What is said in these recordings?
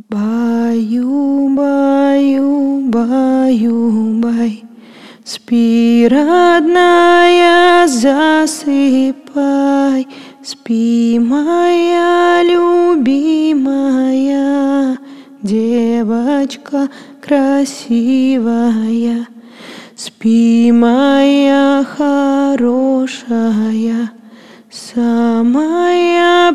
Баю, баю, баю, бай. Спи, родная, засыпай. Спи, моя любимая девочка красивая. Спи, моя хорошая, самая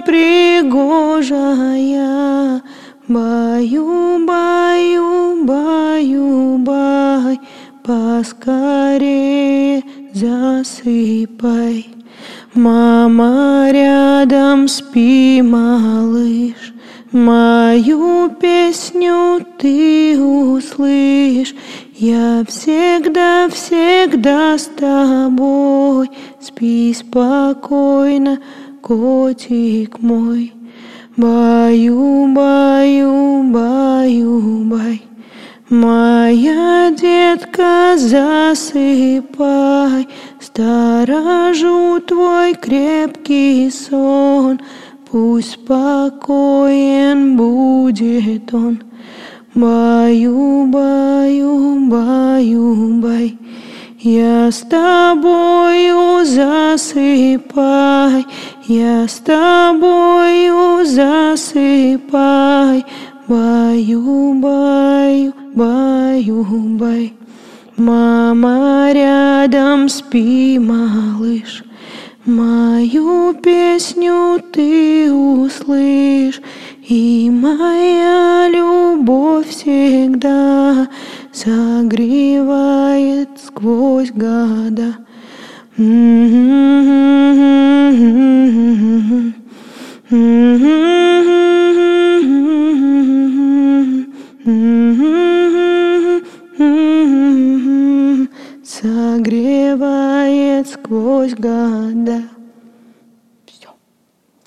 пригожая. Баю, баю, баю, бай, поскорее засыпай. Мама рядом, спи, малыш, мою песню ты услышь. Я всегда, всегда с тобой. Спи спокойно, котик мой. Баю, баю, баю, бай. Моя детка, засыпай. Сторожу твой крепкий сон. Пусть спокоен будет он. Баю, баю, баю, бай. Я с тобою, засыпай. Я с тобою, засыпай. Баю, баю, баю, бай. Мама рядом, спи, малыш. Мою песню ты услышь. И моя любовь всегда согревает сквозь года. Согревает сквозь года.